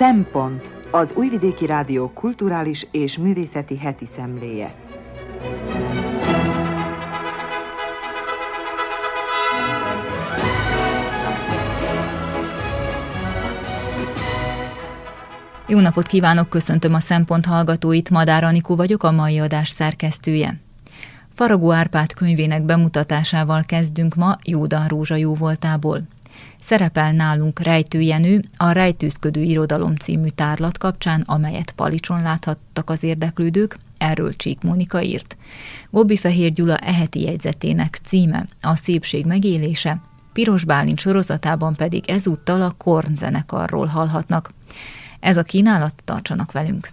Szempont, az Újvidéki Rádió kulturális és művészeti heti szemléje. Jó napot kívánok, köszöntöm a Szempont hallgatóit, Madár Anikó vagyok, a mai adás szerkesztője. Faragó Árpád könyvének bemutatásával kezdünk ma, Jódan Rózsa jóvoltából. Szerepel nálunk Rejtő Jenő, a Rejtőzködő irodalom című tárlat kapcsán, amelyet Palicson láthattak az érdeklődők, erről Csík Mónika írt. Gobbi Fehér Gyula eheti jegyzetének címe a szépség megélése, Piros Bálint sorozatában pedig ezúttal a Korn zenekarról hallhatnak. Ez a kínálat, tartsanak velünk!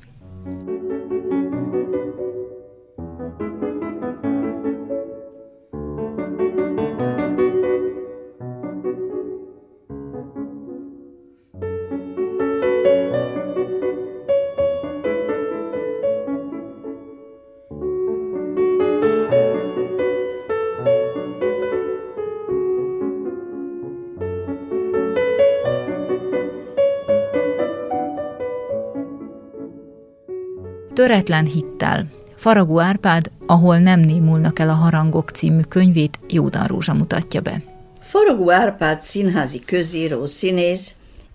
Töretlen hittel. Faragó Árpád, ahol nem némulnak el a harangok címő könyvét Jódan Rózsa mutatja be. Faragó Árpád színházi közíró, színész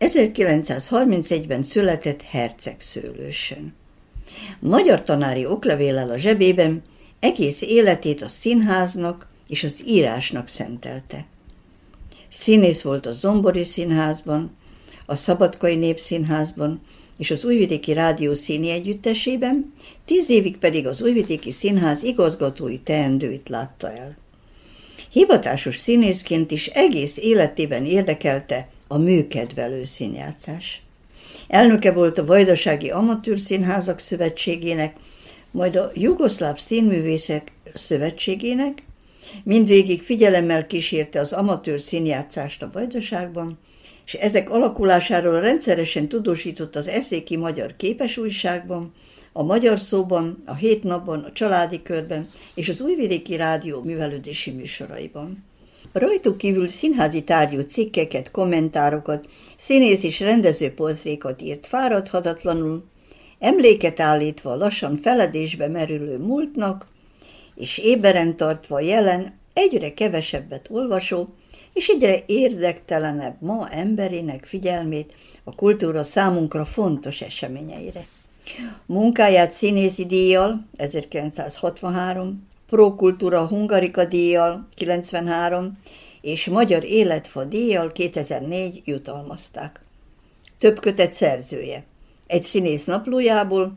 1931-ben született Hercegszőlősön. Magyar tanári oklevéllel a zsebében egész életét a színháznak és az írásnak szentelte. Színész volt a Zombori Színházban, a Szabadkai Népszínházban és az Újvidéki Rádió színi együttesében, 10 évig pedig az Újvidéki Színház igazgatói teendőit látta el. Hivatásos színészként is egész életében érdekelte a műkedvelő színjátszás. Elnöke volt a Vajdasági Amatőr Színházak Szövetségének, majd a Jugoszláv Színművészek Szövetségének, mindvégig figyelemmel kísérte az amatőr színjátszást a Vajdaságban, és ezek alakulásáról rendszeresen tudósított az Eszéki Magyar Képesújságban, a Magyar Szóban, a Hét Napban, a Családi Körben és az Újvidéki Rádió művelődési műsoraiban. Rajtuk kívül színházi tárgyú cikkeket, kommentárokat, színész és rendező portrékat írt fáradhatatlanul, emléket állítva a lassan feledésbe merülő múltnak, és éberen tartva jelen egyre kevesebbet olvasó, és egyre érdektelenebb ma emberének figyelmét a kultúra számunkra fontos eseményeire. Munkáját színészi díjjal 1963, Pro Cultura Hungarica díjjal 93 és Magyar Életfa díjjal 2004 jutalmazták. Több kötet szerzője. Egy színész naplójából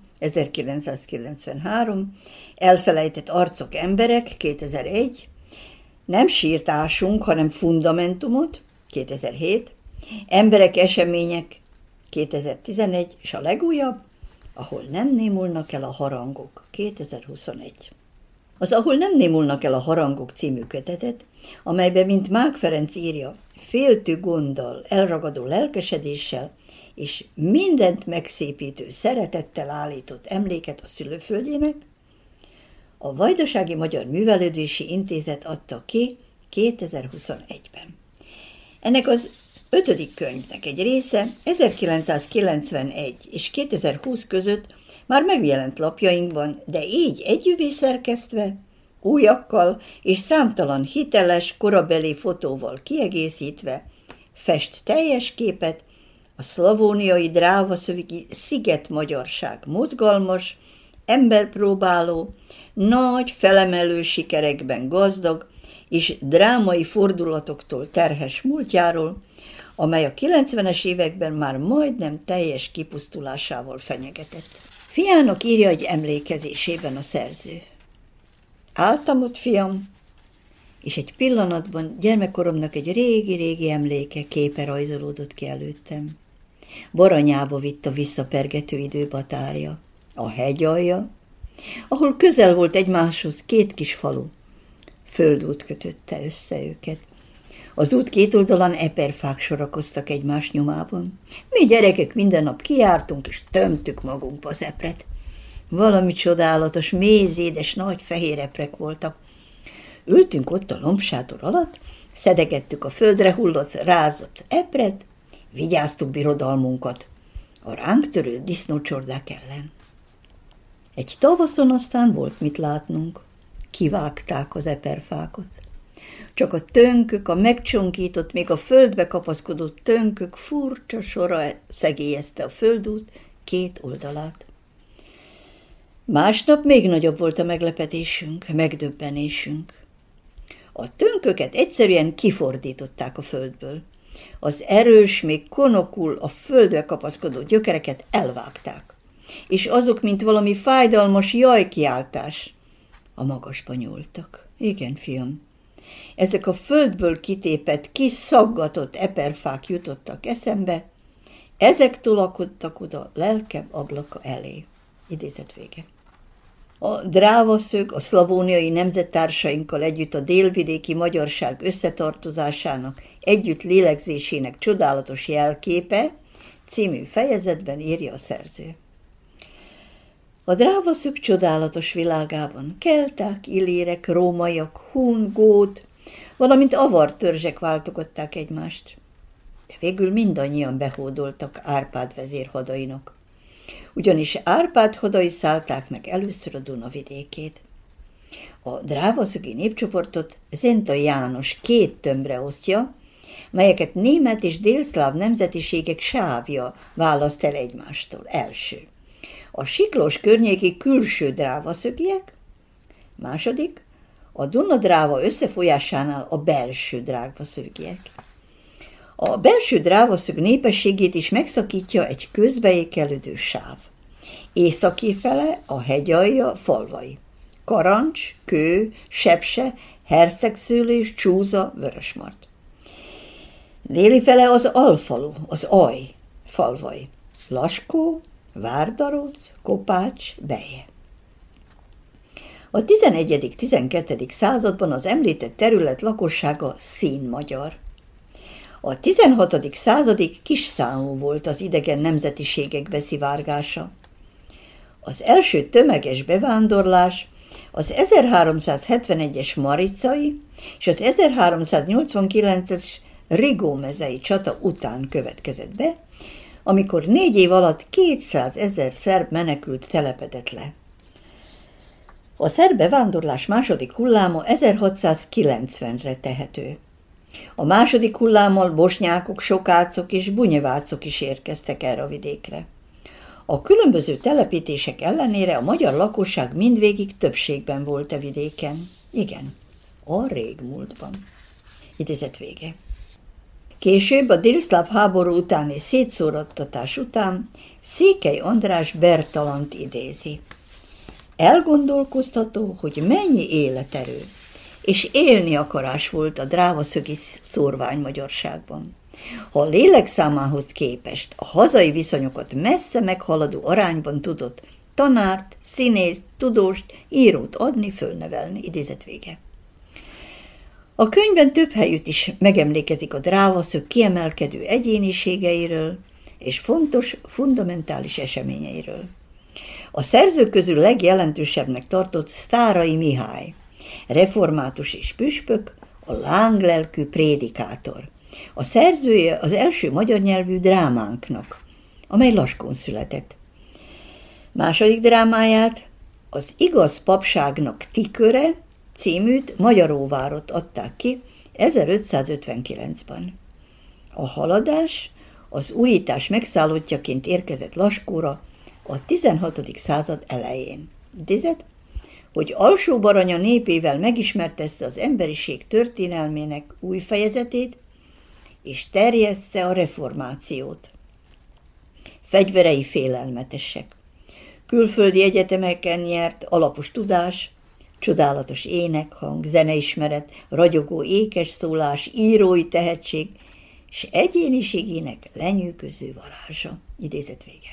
1993, Elfelejtett arcok emberek 2001, Nem sírt ásunk, hanem fundamentumot 2007, Emberek események 2011, és a legújabb, Ahol nem némulnak el a harangok 2021. Az Ahol nem némulnak el a harangok című kötetet, amelyben, mint Mák Ferenc írja, féltő gonddal, elragadó lelkesedéssel és mindent megszépítő szeretettel állított emléket a szülőföldjének, a Vajdasági Magyar Művelődési Intézet adta ki 2021-ben. Ennek az 5. könyvnek egy része 1991 és 2020 között már megjelent lapjainkban, de így együvé szerkesztve, újakkal és számtalan hiteles, korabeli fotóval kiegészítve fest teljes képet a szlavóniai drávaszövigi szigetmagyarság mozgalmas, emberpróbáló, nagy felemelő sikerekben gazdag és drámai fordulatoktól terhes múltjáról, amely a 90-es években már majdnem teljes kipusztulásával fenyegetett. Fiának írja egy emlékezésében a szerző. Álltam ott, fiam, és egy pillanatban gyermekkoromnak egy régi-régi emléke, képe rajzolódott ki előttem. Baranyába vitt a visszapergető idő batárja, a hegyalja, ahol közel volt egymáshoz 2 kis falu. Földút kötötte össze őket. Az út két oldalán eperfák sorakoztak egymás nyomában. Mi gyerekek minden nap kijártunk, és tömtük magunkba az epret. Valami csodálatos, mézédes, nagy fehér eprek voltak. Ültünk ott a lombsátor alatt, szedegettük a földre hullott, rázott epret, vigyáztuk birodalmunkat. a ránk törő disznócsordák ellen. Egy tavaszon aztán volt mit látnunk. Kivágták az eperfákat. Csak a tönkök, a megcsonkított, még a földbe kapaszkodott tönkök furcsa sora szegélyezte a földút két oldalát. Másnap még nagyobb volt a meglepetésünk, megdöbbenésünk. A tönköket egyszerűen kifordították a földből. Az erős, még konokul a földbe kapaszkodó gyökereket elvágták, és azok, mint valami fájdalmas jajkiáltás, a magasba nyúltak. Igen, fiam, ezek a földből kitépett, kiszaggatott eperfák jutottak eszembe, ezek tolakodtak oda lelkem ablaka elé. Idézet vége. A drávaszög a szlavóniai nemzettársainkkal együtt a délvidéki magyarság összetartozásának, együtt lélegzésének csodálatos jelképe című fejezetben írja a szerző. A drávaszög csodálatos világában kelták, illérek, rómaiak, hun, gót, valamint avar törzsek váltogatták egymást. De végül mindannyian behódoltak Árpád vezér hadainak. Ugyanis Árpád hadai szállták meg először a Duna vidékét. A drávaszögi népcsoportot Zenta János két tömbre osztja, melyeket német és délszláv nemzetiségek sávja választ el egymástól. Első. A Siklós környéki külső drávaszögiek, második, a Duna-dráva összefolyásánál a belső drávaszögiek. A belső drávaszög népességét is megszakítja egy közbeékelődő sáv. Északi fele a hegyalja falvai. Karancs, Kő, Sepse, Herszegszőlés, Csúza, Vörösmart. Déli fele az alfalu, az Aj falvai. Laskó, Várdaróc, Kopács, Beje. A 11.-12. században az említett terület lakossága színmagyar. A 16. századig kisszámú volt az idegen nemzetiségek beszivárgása. Az első tömeges bevándorlás az 1371-es maricai és az 1389-es rigómezei csata után következett be, amikor 4 év alatt 200 000 szerb menekült telepedett le. A szerb bevándorlás második hulláma 1690-re tehető. A második hullámmal bosnyákok, sokácok és bunyevácok is érkeztek erre a vidékre. A különböző telepítések ellenére a magyar lakosság mindvégig többségben volt a vidéken. Igen, a régmúltban. Idézet vége. Később a délszláv háború utáni szétszórattatás után Székely András Bertalant idézi. Elgondolkoztató, hogy mennyi életerő és élni akarás volt a drávaszögi szórványmagyarságban. Ha a lélekszámához képest a hazai viszonyokat messze meghaladó arányban tudott tanárt, színészt, tudóst, írót adni, fölnevelni. Idézet vége. A könyvben több helyütt is megemlékezik a drávaszög kiemelkedő egyéniségeiről és fontos, fundamentális eseményeiről. A szerzők közül legjelentősebbnek tartott Sztáray Mihály, református és püspök, a lánglelkű prédikátor. A szerzője az első magyar nyelvű drámánknak, amely Laskón született. Második drámáját, az Igaz papságnak tiköre címűt Magyaróvárot adták ki 1559-ben. A haladás az újítás megszállottjaként érkezett Laskóra a 16. század elején. Idézet, hogy Alsó-Baranya népével megismertesse az emberiség történelmének új fejezetét, és terjessze a reformációt. Fegyverei félelmetesek. Külföldi egyetemeken nyert alapos tudás, csodálatos énekhang, zeneismeret, ragyogó ékes szólás, írói tehetség, és egyéniségének lenyűgöző varázsa. Idézet vége.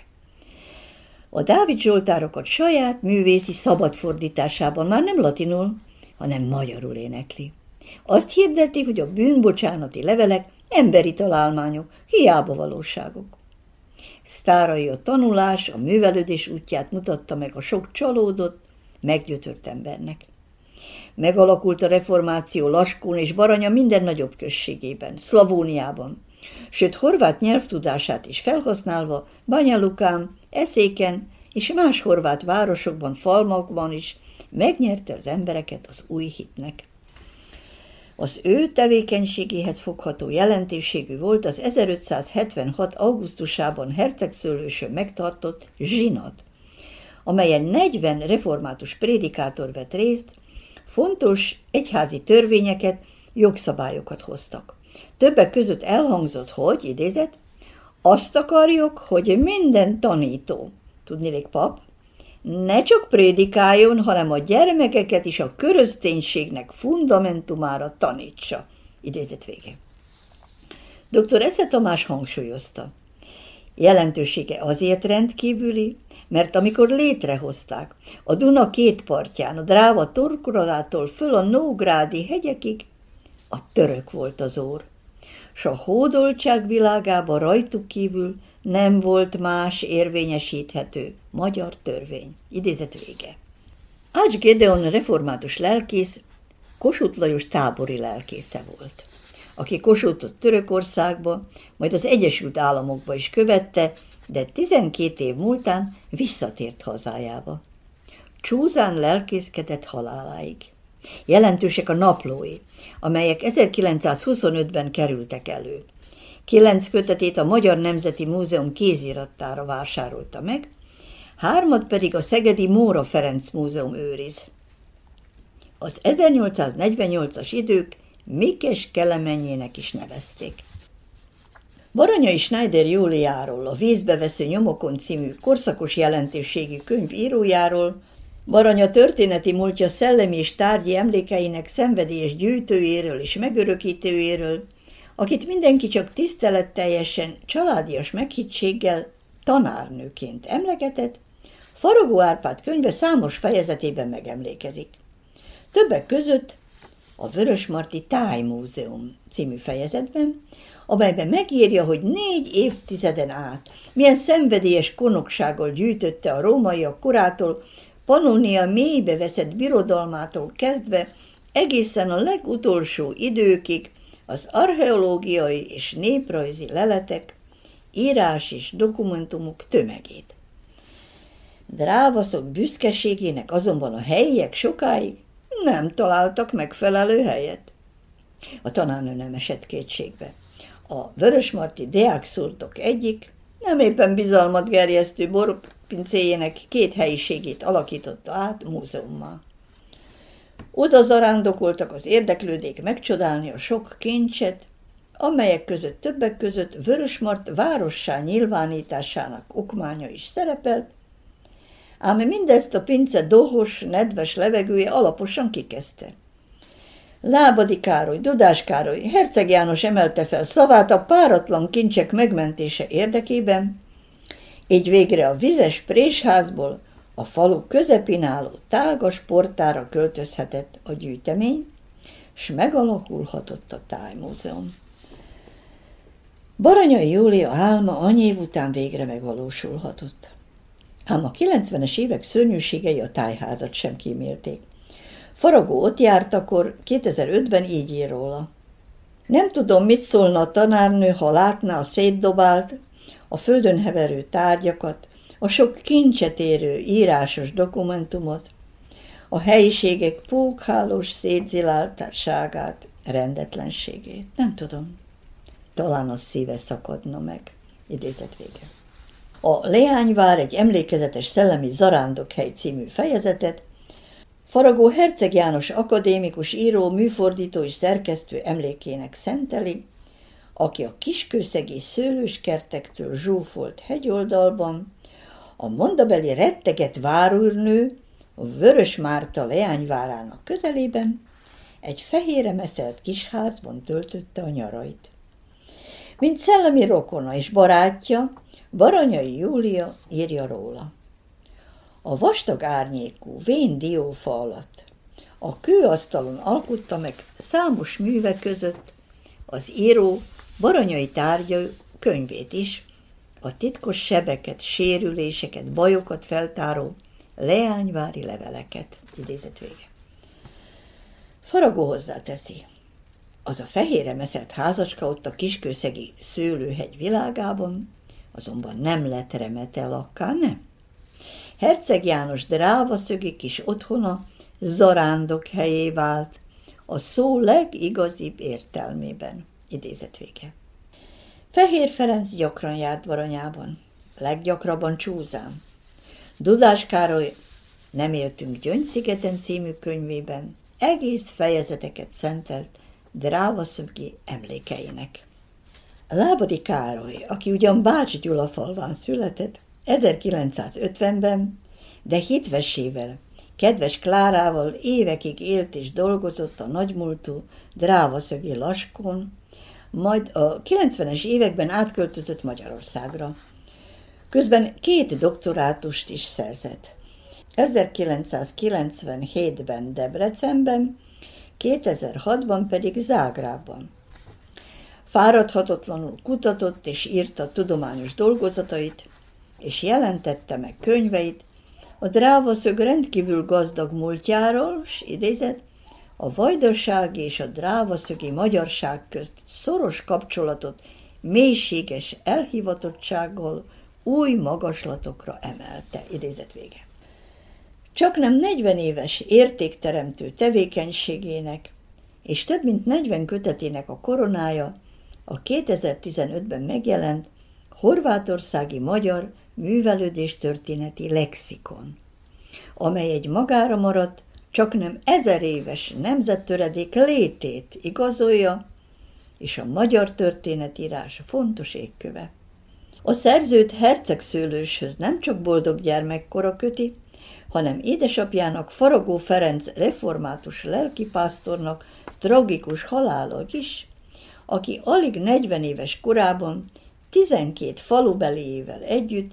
A Dávid Zsoltárokat saját művészi szabadfordításában már nem latinul, hanem magyarul énekli. Azt hirdeti, hogy a bűnbocsánati levelek emberi találmányok, hiába valóságok. Sztáray a tanulás, a művelődés útját mutatta meg a sok csalódott, meggyötört embernek. Megalakult a reformáció Laskón és Baranya minden nagyobb községében, Szlavóniában, Sőt, horvát nyelvtudását is felhasználva Banja Lukán, Eszéken és más horvát városokban, falmakban is megnyerte az embereket az új hitnek. Az ő tevékenységéhez fogható jelentőségű volt az 1576. augusztusában hercegszőlősön megtartott zsinat, amelyen 40 református prédikátor vett részt, fontos egyházi törvényeket, jogszabályokat hoztak. Többek között elhangzott, hogy, idézet, azt akarjuk, hogy minden tanító, tudniillik pap, ne csak prédikáljon, hanem a gyermekeket is a kereszténységnek fundamentumára tanítsa. Idézet vége. Dr. Esze Tamás hangsúlyozta, jelentősége azért rendkívüli, mert amikor létrehozták a Duna két partján, a Dráva torkolatától föl a Nógrádi hegyekig, a török volt az ór, s a hódoltság világában rajtuk kívül nem volt más érvényesíthető magyar törvény. Idézet vége. Ács Gédeon református lelkész Kossuth Lajos tábori lelkésze volt, aki Kossuthot Törökországba, majd az Egyesült Államokba is követte, de 12 év múltán visszatért hazájába. Csúzán lelkészkedett haláláig. Jelentősek a naplói, amelyek 1925-ben kerültek elő. 9 kötetét a Magyar Nemzeti Múzeum kézirattára vásárolta meg, 3 pedig a szegedi Móra Ferenc Múzeum őriz. Az 1848-as idők Mikes Kelemenjének is nevezték. Baranyai Schneider Júliáról, a Vízbevesző nyomokon című korszakos jelentőségű könyv írójáról, Baranya történeti múltja szellemi és tárgyi emlékeinek szenvedélyes gyűjtőjéről és megörökítőjéről, akit mindenki csak tiszteletteljesen, családias meghittséggel tanárnőként emlegetett, Faragó Árpád könyve számos fejezetében megemlékezik. Többek között a Vörösmarty Tájmúzeum című fejezetben, amelyben megírja, hogy 4 évtizeden át milyen szenvedélyes konoksággal gyűjtötte a rómaiak korától, Pannonia mélybe veszett birodalmától kezdve egészen a legutolsó időkig az archeológiai és néprajzi leletek, írás és dokumentumok tömegét. Drávaszok büszkeségének azonban a helyiek sokáig nem találtak megfelelő helyet. A tanárnő nem esett kétségbe. A Vörösmarty deákszurtok egyik, nem éppen bizalmat gerjesztő borpincéjének 2 helyiségét alakította át múzeummá. Oda zarándokoltak az érdeklődék megcsodálni a sok kincset, amelyek között többek között Vörösmarty várossá nyilvánításának okmánya is szerepelt, ám mindezt a pince dohos, nedves levegője alaposan kikezdte. Lábady Károly, Dudás Károly, Herceg János emelte fel szavát a páratlan kincsek megmentése érdekében, így végre a vizes présházból a falu közepén álló tágas portára költözhetett a gyűjtemény, s megalakulhatott a Tájmúzeum. Baranyai Júlia álma annyi év után végre megvalósulhatott. Ám a 90-es évek szörnyűségei a tájházat sem kímélték. Faragó ott járt akkor, 2005-ben így ír róla. Nem tudom, mit szólna a tanárnő, ha látná a szétdobált, a földön heverő tárgyakat, a sok kincset érő írásos dokumentumot, a helyiségek pókhálós szétziláltságát, rendetlenségét. Nem tudom. Talán a szíve szakadna meg. Idézet vége. A Leányvár egy emlékezetes szellemi zarándokhely című fejezetet Faragó Herceg János akadémikus író, műfordító és szerkesztő emlékének szenteli, aki a kiskőszegi szőlőskertektől zsúfolt hegyoldalban, a mondabeli retteget várőrnő, a Vörös Márta Leányvárának közelében egy fehérre meszelt kisházban töltötte a nyarait. Mint szellemi rokona és barátja, Baranyai Júlia írja róla. A vastag árnyékú, vén diófa alatt a kőasztalon alkotta meg számos műve között az író baranyai tárgya könyvét is, a titkos sebeket, sérüléseket, bajokat feltáró leányvári leveleket. Idézet vége. Faragó hozzáteszi. Az a fehérre meszelt házacska ott a kiskőszegi Szőlőhegy világában azonban nem lett remetelakká, nem. Herceg János drávaszögi kis otthona zarándok helyé vált, a szó legigazibb értelmében. Idézet vége. Fehér Ferenc gyakran járt Baranyában, leggyakrabban Csúzán. Dudás Károly Nem éltünk Gyöngyszigeten című könyvében egész fejezeteket szentelt drávaszögi emlékeinek. Lábadi Károly, aki ugyan Bács Gyula falván született 1950-ben, de hitvessével, kedves Klárával évekig élt és dolgozott a nagymúltú drávaszögi Laskón, majd a 90-es években átköltözött Magyarországra. Közben 2 doktorátust is szerzett. 1997-ben Debrecenben, 2006-ban pedig Zágrábban. Fáradhatatlanul kutatott és írta tudományos dolgozatait, és jelentette meg könyveit a drávaszög rendkívül gazdag múltjáról, s idézett, a vajdasági és a drávaszögi magyarság közt szoros kapcsolatot mélységes elhivatottsággal új magaslatokra emelte. Idézet vége. Csaknem 40 éves értékteremtő tevékenységének és több mint 40 kötetének a koronája a 2015-ben megjelent horvátországi magyar művelődéstörténeti lexikon, amely egy magára maradt, csaknem 1000 éves nemzettöredék létét igazolja, és a magyar történetírás fontos égköve. A szerzőt hercegszőlőshöz nem csak boldog gyermekkora köti, hanem édesapjának, Faragó Ferenc református lelkipásztornak tragikus halála is, aki alig 40 éves korában 12 falubeliével együtt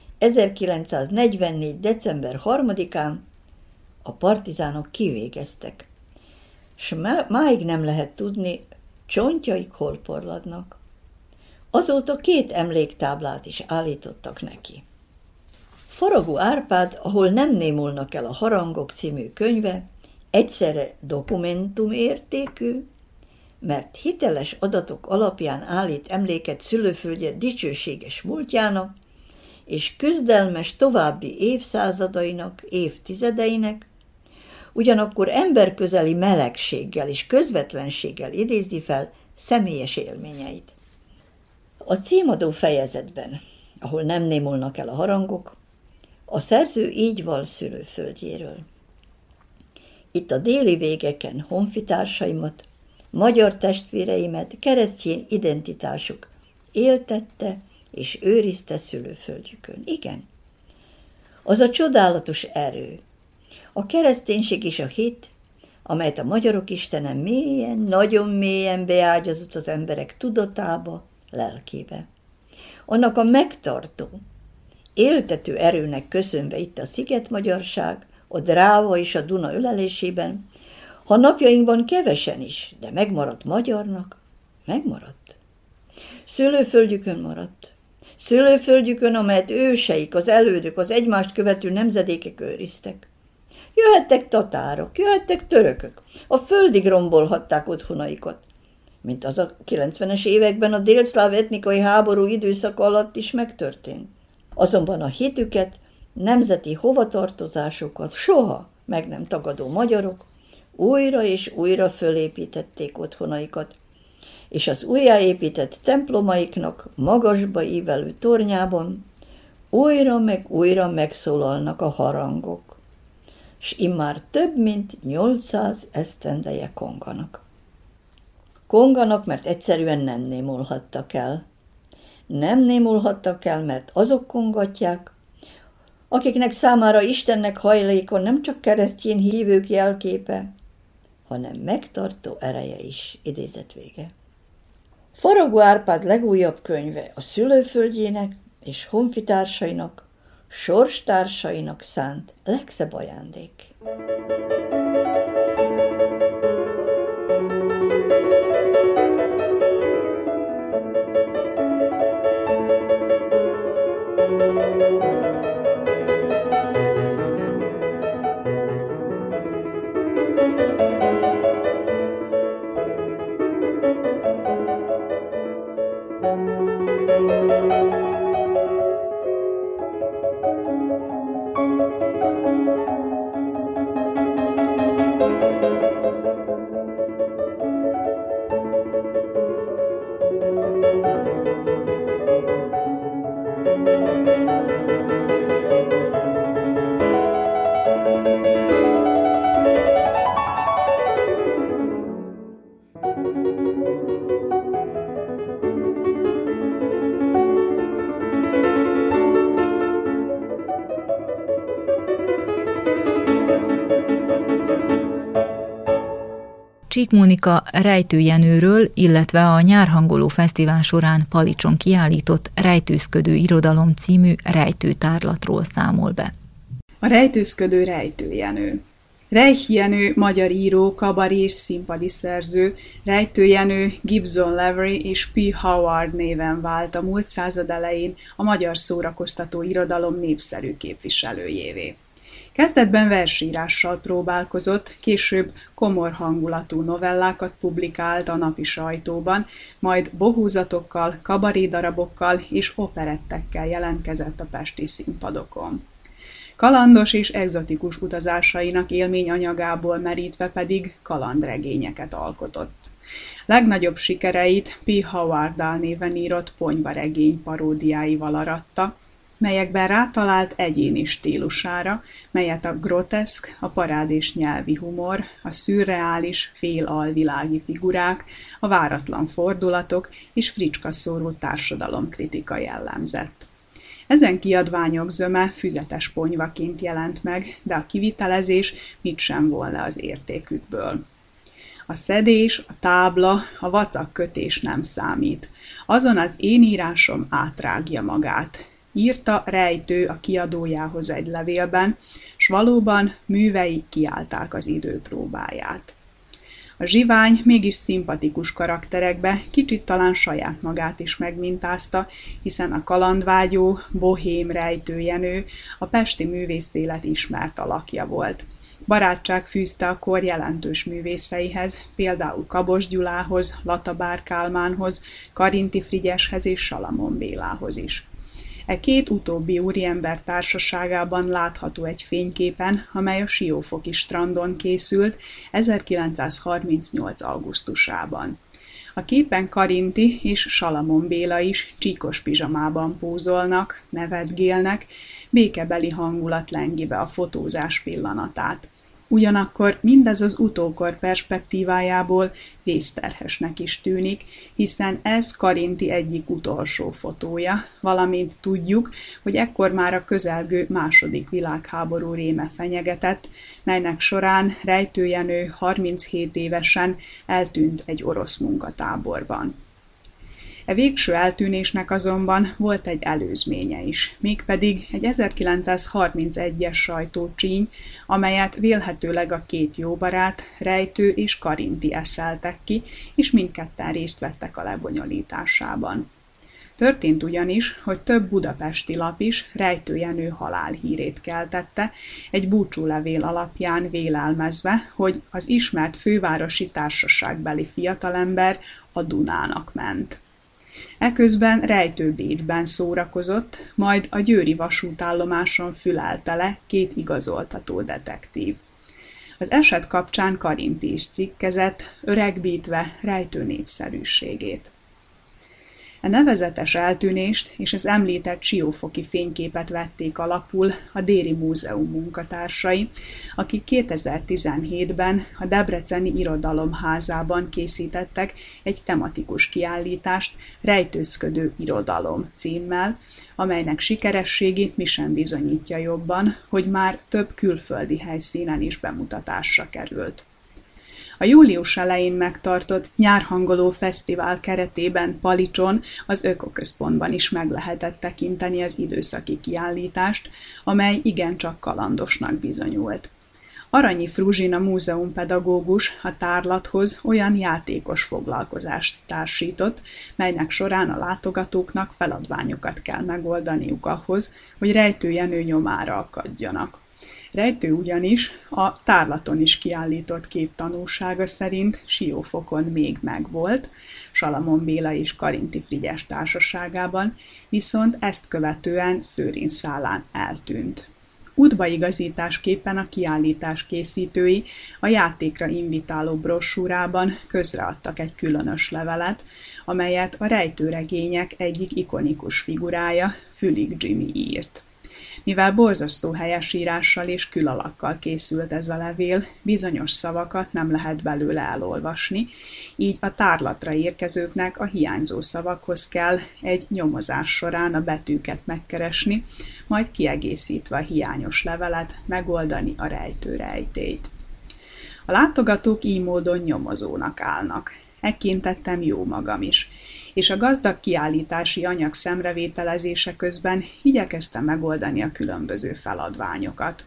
1944. december 3-án a partizánok kivégeztek, s máig nem lehet tudni, csontjaik hol porladnak. Azóta 2 emléktáblát is állítottak neki. Faragó Árpád, Ahol nem némulnak el a harangok című könyve egyszerre dokumentumértékű, mert hiteles adatok alapján állít emléket szülőföldje dicsőséges múltjának, és küzdelmes további évszázadainak, évtizedeinek, ugyanakkor emberközeli melegséggel és közvetlenséggel idézi fel személyes élményeit. A címadó fejezetben, Ahol nem némulnak el a harangok, a szerző így val szülőföldjéről. Itt a déli végeken honfitársaimat, magyar testvéreimet keresztény identitásuk éltette és őrizte szülőföldjükön. Igen, az a csodálatos erő, a kereszténység és a hit, amelyet a magyarok istene mélyen, nagyon mélyen beágyazott az emberek tudatába, lelkébe. Annak a megtartó, éltető erőnek köszönve itt a szigetmagyarság, a Dráva és a Duna ölelésében, ha napjainkban kevesen is, de megmaradt magyarnak, megmaradt. Szülőföldjükön maradt. Szülőföldjükön, amelyet őseik, az elődök, az egymást követő nemzedékek őriztek. Jöhettek tatárok, jöhettek törökök, a földig rombolhatták otthonaikat, mint az a 90-es években a délszláv etnikai háború időszaka alatt is megtörtént. Azonban a hitüket, nemzeti hovatartozásukat soha meg nem tagadó magyarok újra és újra fölépítették otthonaikat, és az újjáépített templomaiknak magasba ívelő tornyában újra meg újra megszólalnak a harangok, s immár több mint 800 esztendeje konganak. Konganak, mert egyszerűen nem némulhattak el. Nem némulhattak el, mert azok kongatják, akiknek számára Istennek hajléka nem csak keresztény hívők jelképe, hanem megtartó ereje is. Idézet vége. Faragó Árpád legújabb könyve a szülőföldjének és honfitársainak, sorstársainak szánt legszebb ajándék. Csík Mónika Rejtő Jenőről, illetve a Nyárhangoló Fesztivál során Palicson kiállított Rejtőzködő irodalom című rejtőtárlatról számol be. A rejtőzködő Rejtő Jenő. Reich Jenő magyar író, kabari és színpadi szerző, Rejtő Jenő Gibson Lavery és P. Howard néven vált a múlt század elején a magyar szórakoztató irodalom népszerű képviselőjévé. Kezdetben versírással próbálkozott, később komor hangulatú novellákat publikált a napi sajtóban, majd bohózatokkal, kabarédarabokkal és operettekkel jelentkezett a pesti színpadokon. Kalandos és egzotikus utazásainak élményanyagából merítve pedig kalandregényeket alkotott. Legnagyobb sikereit P. Howard néven írott ponyvaregény paródiáival aratta, melyekben rátalált egyéni stílusára, melyet a groteszk, a parádés nyelvi humor, a szürreális, félalvilági figurák, a váratlan fordulatok és fricskaszóró társadalomkritika jellemzett. Ezen kiadványok zöme füzetes ponyvaként jelent meg, de a kivitelezés mit sem von le az értékükből. A szedés, a tábla, a vacakkötés nem számít. Azon az én írásom átrágja magát. Írta Rejtő a kiadójához egy levélben, s valóban művei kiállták az idő próbáját. A zsivány mégis szimpatikus karakterekbe kicsit talán saját magát is megmintázta, hiszen a kalandvágyó, bohém Rejtő Jenő a pesti művészélet ismert alakja volt. Barátság fűzte a kor jelentős művészeihez, például Kabos Gyulához, Latabár Kálmánhoz, Karinthy Frigyeshez és Salamon Bélához is. E két utóbbi úriember társaságában látható egy fényképen, amely a Siófoki strandon készült 1938. augusztusában. A képen Karinthy és Salamon Béla is csíkos pizsamában pózolnak, nevetgélnek, békebeli hangulat lengi be a fotózás pillanatát. Ugyanakkor mindez az utókor perspektívájából vészterhesnek is tűnik, hiszen ez Karinthy egyik utolsó fotója, valamint tudjuk, hogy ekkor már a közelgő II. Világháború réme fenyegetett, melynek során Rejtő Jenő 37 évesen eltűnt egy orosz munkatáborban. E végső eltűnésnek azonban volt egy előzménye is, mégpedig egy 1931-es sajtócsíny, amelyet vélhetőleg a két jó barát, Rejtő és Karinthy eszeltek ki, és mindketten részt vettek a lebonyolításában. Történt ugyanis, hogy több budapesti lap is Rejtő Jenő halálhírét keltette, egy búcsúlevél alapján vélelmezve, hogy az ismert fővárosi társaságbeli fiatalember a Dunának ment. Eközben Rejtő Bécsben szórakozott, majd a győri vasútállomáson fülelte le két igazoltató detektív. Az eset kapcsán Karinthy is cikkezett, öregbítve Rejtő népszerűségét. E nevezetes eltűnést és az említett siófoki fényképet vették alapul a Déri Múzeum munkatársai, akik 2017-ben a Debreceni Irodalomházában készítettek egy tematikus kiállítást Rejtőzködő irodalom címmel, amelynek sikerességét mi sem bizonyítja jobban, hogy már több külföldi helyszínen is bemutatásra került. A július elején megtartott Nyárhangoló Fesztivál keretében Palicson, az Ökoközpontban is meg lehetett tekinteni az időszaki kiállítást, amely igencsak kalandosnak bizonyult. Aranyi Fruzsina múzeumpedagógus a tárlathoz olyan játékos foglalkozást társított, melynek során a látogatóknak feladványokat kell megoldaniuk ahhoz, hogy Rejtő Jenő nyomára akadjanak. Rejtő ugyanis a tárlaton is kiállított kép tanúsága szerint Siófokon még megvolt, Salamon Béla és Karinti Frigyes társaságában, viszont ezt követően Szőrinszálán eltűnt. Útbaigazításképpen a kiállítás készítői a játékra invitáló brossúrában közreadtak egy különös levelet, amelyet a rejtőregények egyik ikonikus figurája, Fülig Jimmy írt. Mivel borzasztó helyesírással és külalakkal készült ez a levél, bizonyos szavakat nem lehet belőle elolvasni, így a tárlatra érkezőknek a hiányzó szavakhoz kell egy nyomozás során a betűket megkeresni, majd kiegészítve a hiányos levelet megoldani a rejtőrejtélyt. A látogatók így módon nyomozónak állnak. Ekként tettem jó magam is, és a gazdag kiállítási anyag szemrevételezése közben igyekeztem megoldani a különböző feladványokat.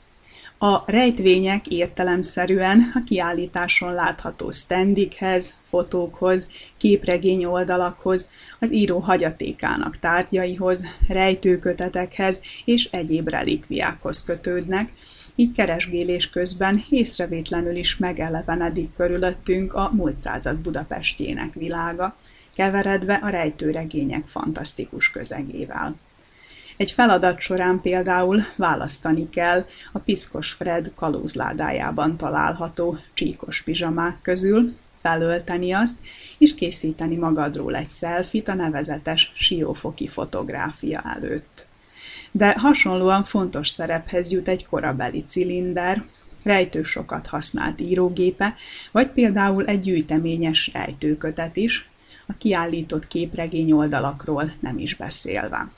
A rejtvények értelemszerűen a kiállításon látható sztendikhez, fotókhoz, képregény oldalakhoz, az író hagyatékának tárgyaihoz, rejtőkötetekhez és egyéb relikviákhoz kötődnek, így keresgélés közben észrevétlenül is megelevenedik körülöttünk a múlt század Budapestjének világa, keveredve a rejtőregények fantasztikus közegével. Egy feladat során például választani kell a Piszkos Fred kalózládájában található csíkos pizsamák közül, felölteni azt, és készíteni magadról egy selfit a nevezetes siófoki fotográfia előtt. De hasonlóan fontos szerephez jut egy korabeli cilinder, rejtősokat használt írógépe, vagy például egy gyűjteményes rejtőkötet is, a kiállított képregény oldalakról nem is beszélve.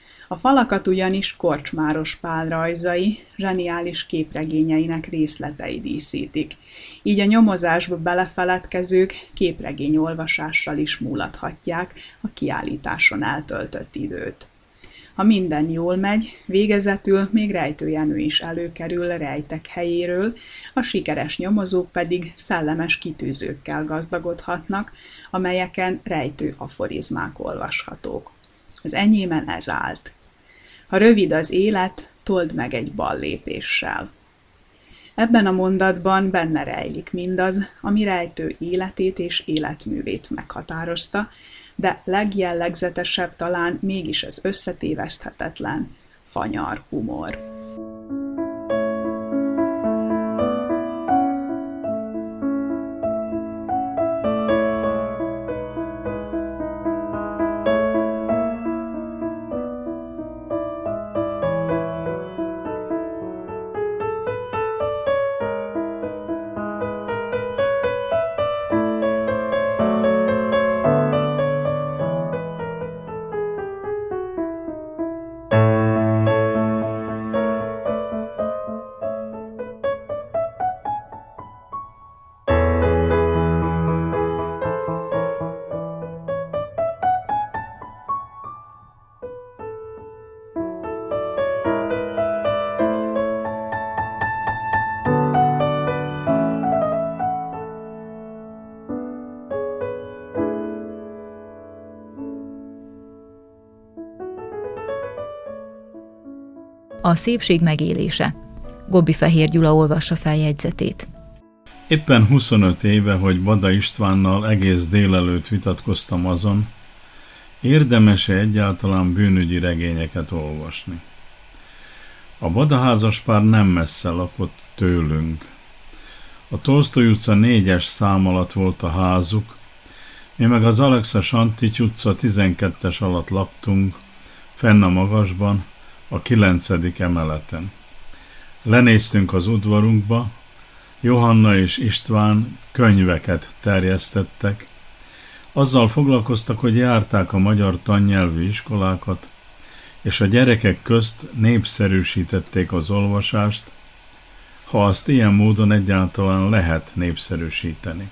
A falakat ugyanis Korcsmáros Pál rajzai, zseniális képregényeinek részletei díszítik, így a nyomozásba belefeledkezők képregényolvasással is múlathatják a kiállításon eltöltött időt. Ha minden jól megy, végezetül még Rejtő Jenő is előkerül rejtek helyéről, a sikeres nyomozók pedig szellemes kitűzőkkel gazdagodhatnak, amelyeken rejtő aforizmák olvashatók. Az enyémen ez állt. Ha rövid az élet, told meg egy ballépéssel. Ebben a mondatban benne rejlik mindaz, ami Rejtő életét és életművét meghatározta, de legjellegzetesebb talán mégis az összetéveszthetetlen, fanyar humor. A szépség megélése. Gobbi Fehér Gyula olvassa fel jegyzetét. Éppen 25 éve, hogy Bada Istvánnal egész délelőtt vitatkoztam azon, érdemes-e egyáltalán bűnügyi regényeket olvasni. A Bada házaspár nem messze lakott tőlünk. A Tolsztoly utca 4-es szám alatt volt a házuk, mi meg az Alexa Santics utca 12-es alatt laktunk, fenn a magasban, a 9. emeleten. Lenéztünk az udvarunkba, Johanna és István könyveket terjesztettek, azzal foglalkoztak, hogy járták a magyar tannyelvű iskolákat, és a gyerekek közt népszerűsítették az olvasást, ha azt ilyen módon egyáltalán lehet népszerűsíteni.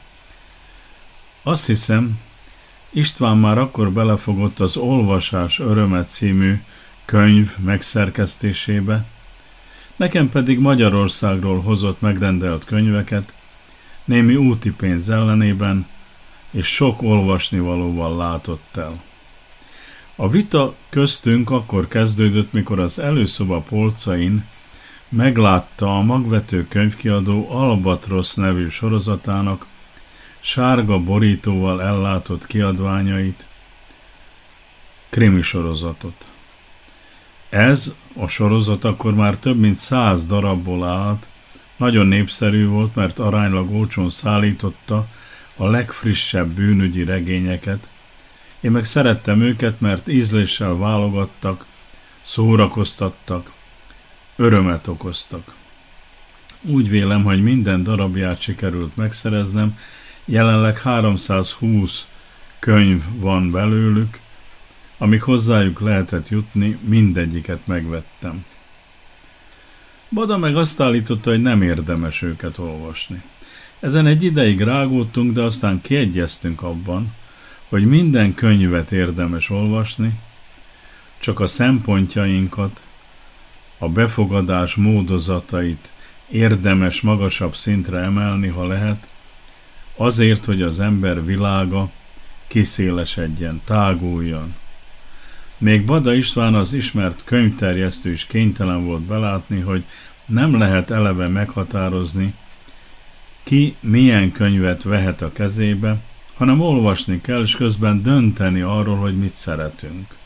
Azt hiszem, István már akkor belefogott az Olvasás öröme című könyv megszerkesztésébe, nekem pedig Magyarországról hozott megrendelt könyveket, némi úti pénz ellenében, és sok olvasnivalóval látott el. A vita köztünk akkor kezdődött, mikor az előszoba polcain meglátta a Magvető Könyvkiadó Albatrosz nevű sorozatának sárga borítóval ellátott kiadványait, krimi sorozatot. Ez a sorozat akkor már több mint 100 darabból állt, nagyon népszerű volt, mert aránylag olcsón szállította a legfrissebb bűnügyi regényeket. Én meg szerettem őket, mert ízléssel válogattak, szórakoztattak, örömet okoztak. Úgy vélem, hogy minden darabját sikerült megszereznem, jelenleg 320 könyv van belőlük, amíg hozzájuk lehetett jutni, mindegyiket megvettem. Bada meg azt állította, hogy nem érdemes őket olvasni. Ezen egy ideig rágódtunk, de aztán kiegyeztünk abban, hogy minden könyvet érdemes olvasni, csak a szempontjainkat, a befogadás módozatait érdemes magasabb szintre emelni, ha lehet, azért, hogy az ember világa kiszélesedjen, táguljon. Még Bada István, az ismert könyvterjesztő is kénytelen volt belátni, hogy nem lehet eleve meghatározni, ki milyen könyvet vehet a kezébe, hanem olvasni kell, és közben dönteni arról, hogy mit szeretünk.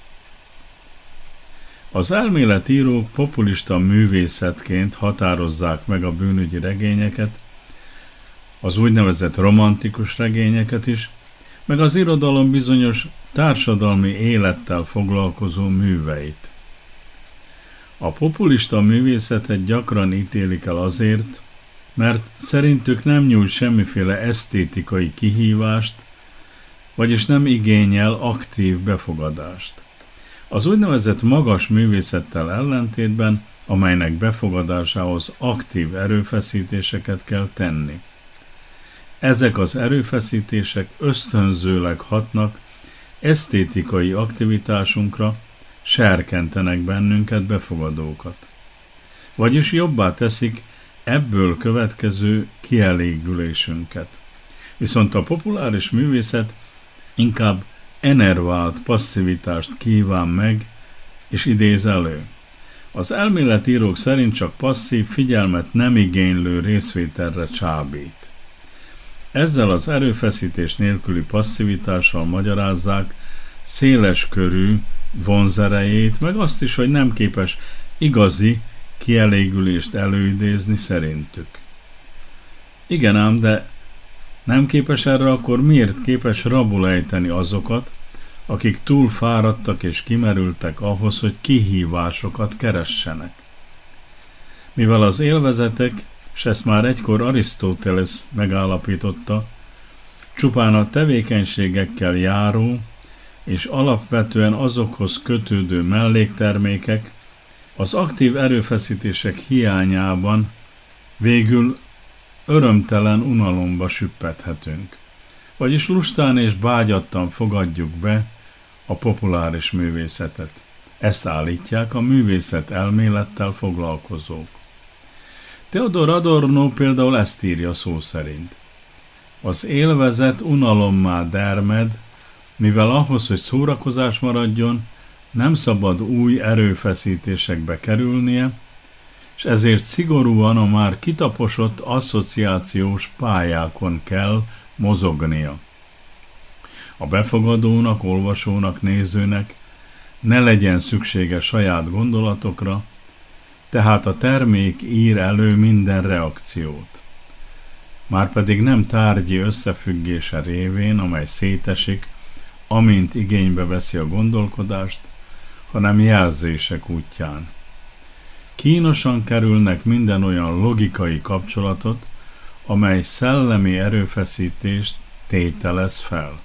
Az elméletírók populista művészetként határozzák meg a bűnügyi regényeket, az úgynevezett romantikus regényeket is, meg az irodalom bizonyos társadalmi élettel foglalkozó műveit. A populista művészetet gyakran ítélik el azért, mert szerintük nem nyújt semmiféle esztétikai kihívást, vagyis nem igényel aktív befogadást. Az úgynevezett magas művészettel ellentétben, amelynek befogadásához aktív erőfeszítéseket kell tenni. Ezek az erőfeszítések ösztönzőleg hatnak esztétikai aktivitásunkra, serkentenek bennünket, befogadókat. Vagyis jobbá teszik ebből következő kielégülésünket. Viszont a populáris művészet inkább enervált passzivitást kíván meg és idéz elő. Az elméletírók szerint csak passzív, figyelmet nem igénylő részvételre csábít. Ezzel az erőfeszítés nélküli passzivitással magyarázzák széles körű vonzerejét, meg azt is, hogy nem képes igazi kielégülést előidézni szerintük. Igen ám, de nem képes erre, akkor miért képes rabul ejteni azokat, akik túl fáradtak és kimerültek ahhoz, hogy kihívásokat keressenek? Mivel az élvezetek, és ezt már egykor Arisztotelész megállapította, csupán a tevékenységekkel járó és alapvetően azokhoz kötődő melléktermékek, az aktív erőfeszítések hiányában végül örömtelen unalomba süppedhetünk. Vagyis lustán és bágyattan fogadjuk be a populáris művészetet. Ezt állítják a művészet elmélettel foglalkozók. Theodor Adorno például ezt írja szó szerint. Az élvezet unalommá dermed, mivel ahhoz, hogy szórakozás maradjon, nem szabad új erőfeszítésekbe kerülnie, és ezért szigorúan a már kitaposott asszociációs pályákon kell mozognia. A befogadónak, olvasónak, nézőnek ne legyen szüksége saját gondolatokra, tehát a termék ír elő minden reakciót. Márpedig nem tárgyi összefüggése révén, amely szétesik, amint igénybe veszi a gondolkodást, hanem jelzések útján. Kínosan kerülnek minden olyan logikai kapcsolatot, amely szellemi erőfeszítést tételez fel.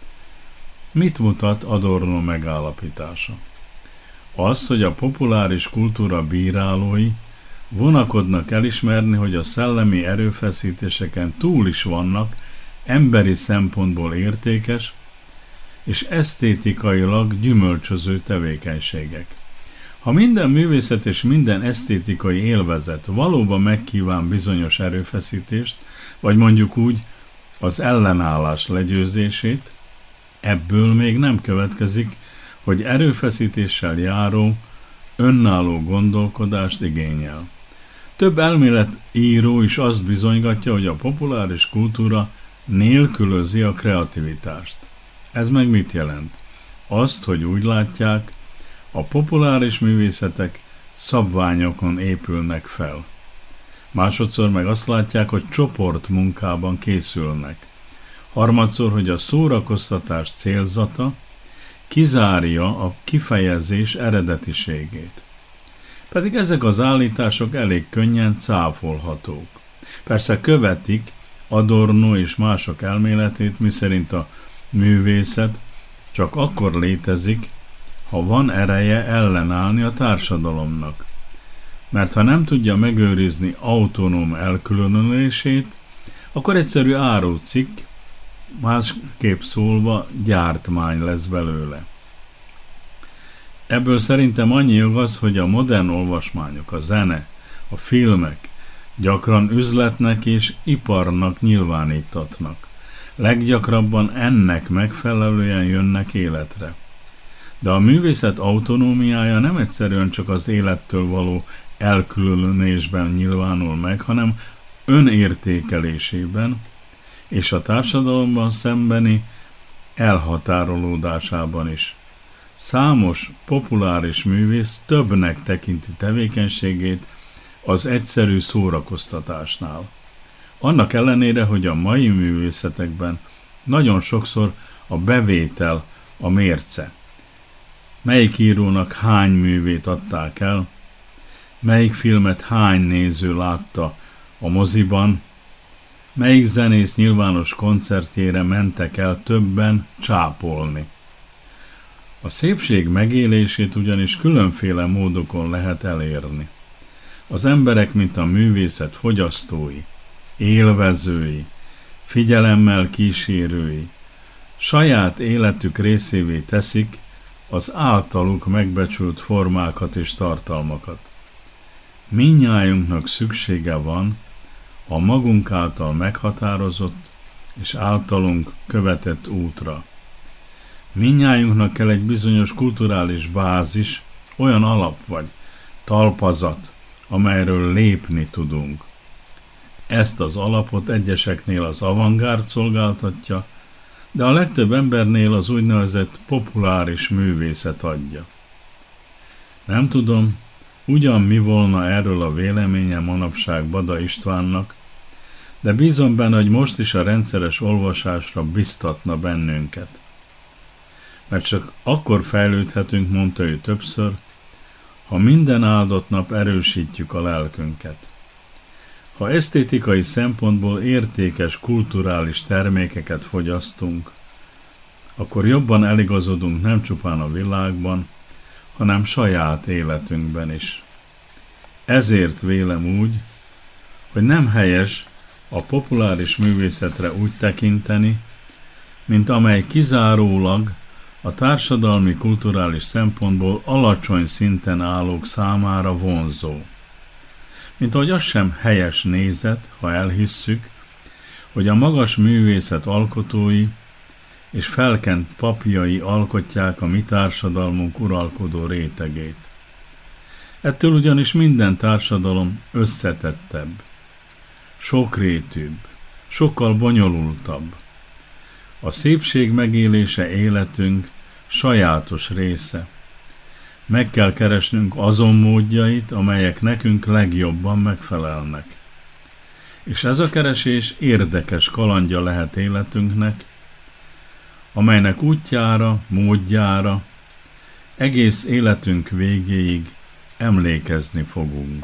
Mit mutat Adorno megállapítása? Az, hogy a populáris kultúra bírálói vonakodnak elismerni, hogy a szellemi erőfeszítéseken túl is vannak emberi szempontból értékes és esztétikailag gyümölcsöző tevékenységek. Ha minden művészet és minden esztétikai élvezet valóban megkíván bizonyos erőfeszítést, vagy mondjuk úgy az ellenállás legyőzését, ebből még nem következik, hogy erőfeszítéssel járó, önálló gondolkodást igényel. Több elméletíró is azt bizonygatja, hogy a populáris kultúra nélkülözi a kreativitást. Ez meg mit jelent? Azt, hogy úgy látják, a populáris művészetek szabványokon épülnek fel. Másodszor meg azt látják, hogy csoportmunkában készülnek. Harmadszor, hogy a szórakoztatás célzata kizárja a kifejezés eredetiségét. Pedig ezek az állítások elég könnyen cáfolhatók. Persze követik Adorno és mások elméletét, miszerint a művészet csak akkor létezik, ha van ereje ellenállni a társadalomnak. Mert ha nem tudja megőrizni autonóm elkülönülését, akkor egyszerű árucikk, másképp szólva gyártmány lesz belőle. Ebből szerintem annyi igaz, hogy a modern olvasmányok, a zene, a filmek gyakran üzletnek és iparnak nyilvánítatnak. Leggyakrabban ennek megfelelően jönnek életre. De a művészet autonómiája nem egyszerűen csak az élettől való elkülönülésben nyilvánul meg, hanem önértékelésében és a társadalomban szembeni elhatárolódásában is. Számos populáris művész többnek tekinti tevékenységét az egyszerű szórakoztatásnál. Annak ellenére, hogy a mai művészetekben nagyon sokszor a bevétel a mérce. Melyik írónak hány művét adták el, melyik filmet hány néző látta a moziban, melyik zenész nyilvános koncertjére mentek el többen csápolni. A szépség megélését ugyanis különféle módokon lehet elérni. Az emberek, mint a művészet fogyasztói, élvezői, figyelemmel kísérői, saját életük részévé teszik az általuk megbecsült formákat és tartalmakat. Mindnyájunknak szüksége van a magunk által meghatározott és általunk követett útra. Mindnyájunknak kell egy bizonyos kulturális bázis, olyan alap vagy talpazat, amelyről lépni tudunk. Ezt az alapot egyeseknél az avantgárd szolgáltatja, de a legtöbb embernél az úgynevezett populáris művészet adja. Nem tudom, ugyan mi volna erről a véleménye manapság Bada Istvánnak, de bízom benne, hogy most is a rendszeres olvasásra biztatna bennünket. Mert csak akkor fejlődhetünk, mondta ő többször, ha minden áldott nap erősítjük a lelkünket. Ha esztétikai szempontból értékes kulturális termékeket fogyasztunk, akkor jobban eligazodunk nem csupán a világban, hanem saját életünkben is. Ezért vélem úgy, hogy nem helyes a populáris művészetre úgy tekinteni, mint amely kizárólag a társadalmi kulturális szempontból alacsony szinten állók számára vonzó. Mint ahogy az sem helyes nézet, ha elhisszük, hogy a magas művészet alkotói és felkent papjai alkotják a mi társadalmunk uralkodó rétegét. Ettől ugyanis minden társadalom összetettebb, sokrétűbb, sokkal bonyolultabb. A szépség megélése életünk sajátos része. Meg kell keresnünk azon módjait, amelyek nekünk legjobban megfelelnek. És ez a keresés érdekes kalandja lehet életünknek, amelynek útjára, módjára egész életünk végéig emlékezni fogunk.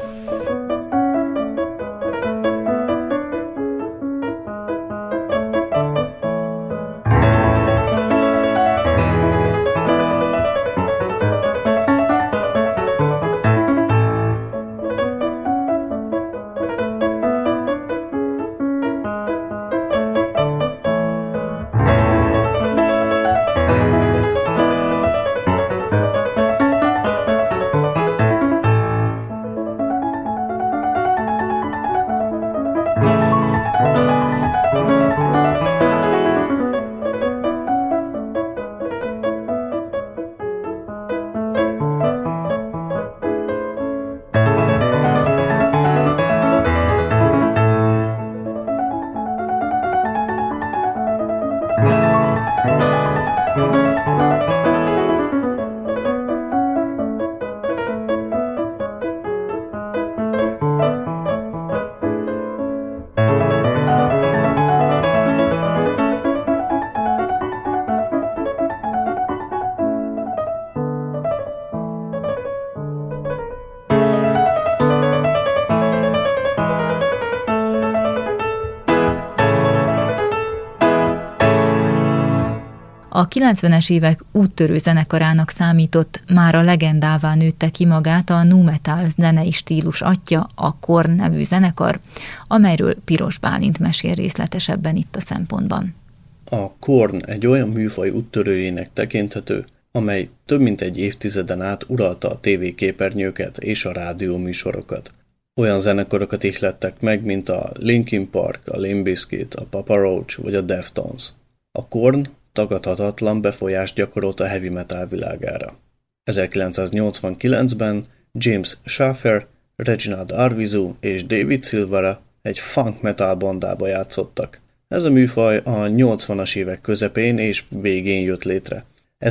A 90-es évek úttörő zenekarának számított, már a legendává nőtte ki magát a nu metal zenei stílus atya, a Korn nevű zenekar, amelyről Piros Bálint mesél részletesebben itt a Szempontban. A Korn egy olyan műfaj úttörőjének tekinthető, amely több mint egy évtizeden át uralta a tévéképernyőket és a rádióműsorokat. Olyan zenekarokat ihlettek meg, mint a Linkin Park, a Limp Bizkit, a Papa Roach vagy a Deftones. A Korn tagadhatatlan befolyást gyakorolt a heavy metal világára. 1989-ben James Schaffer, Reginald Arvizu és David Silvera egy funk metal bandába játszottak. Ez a műfaj a 80-as évek közepén és végén jött létre.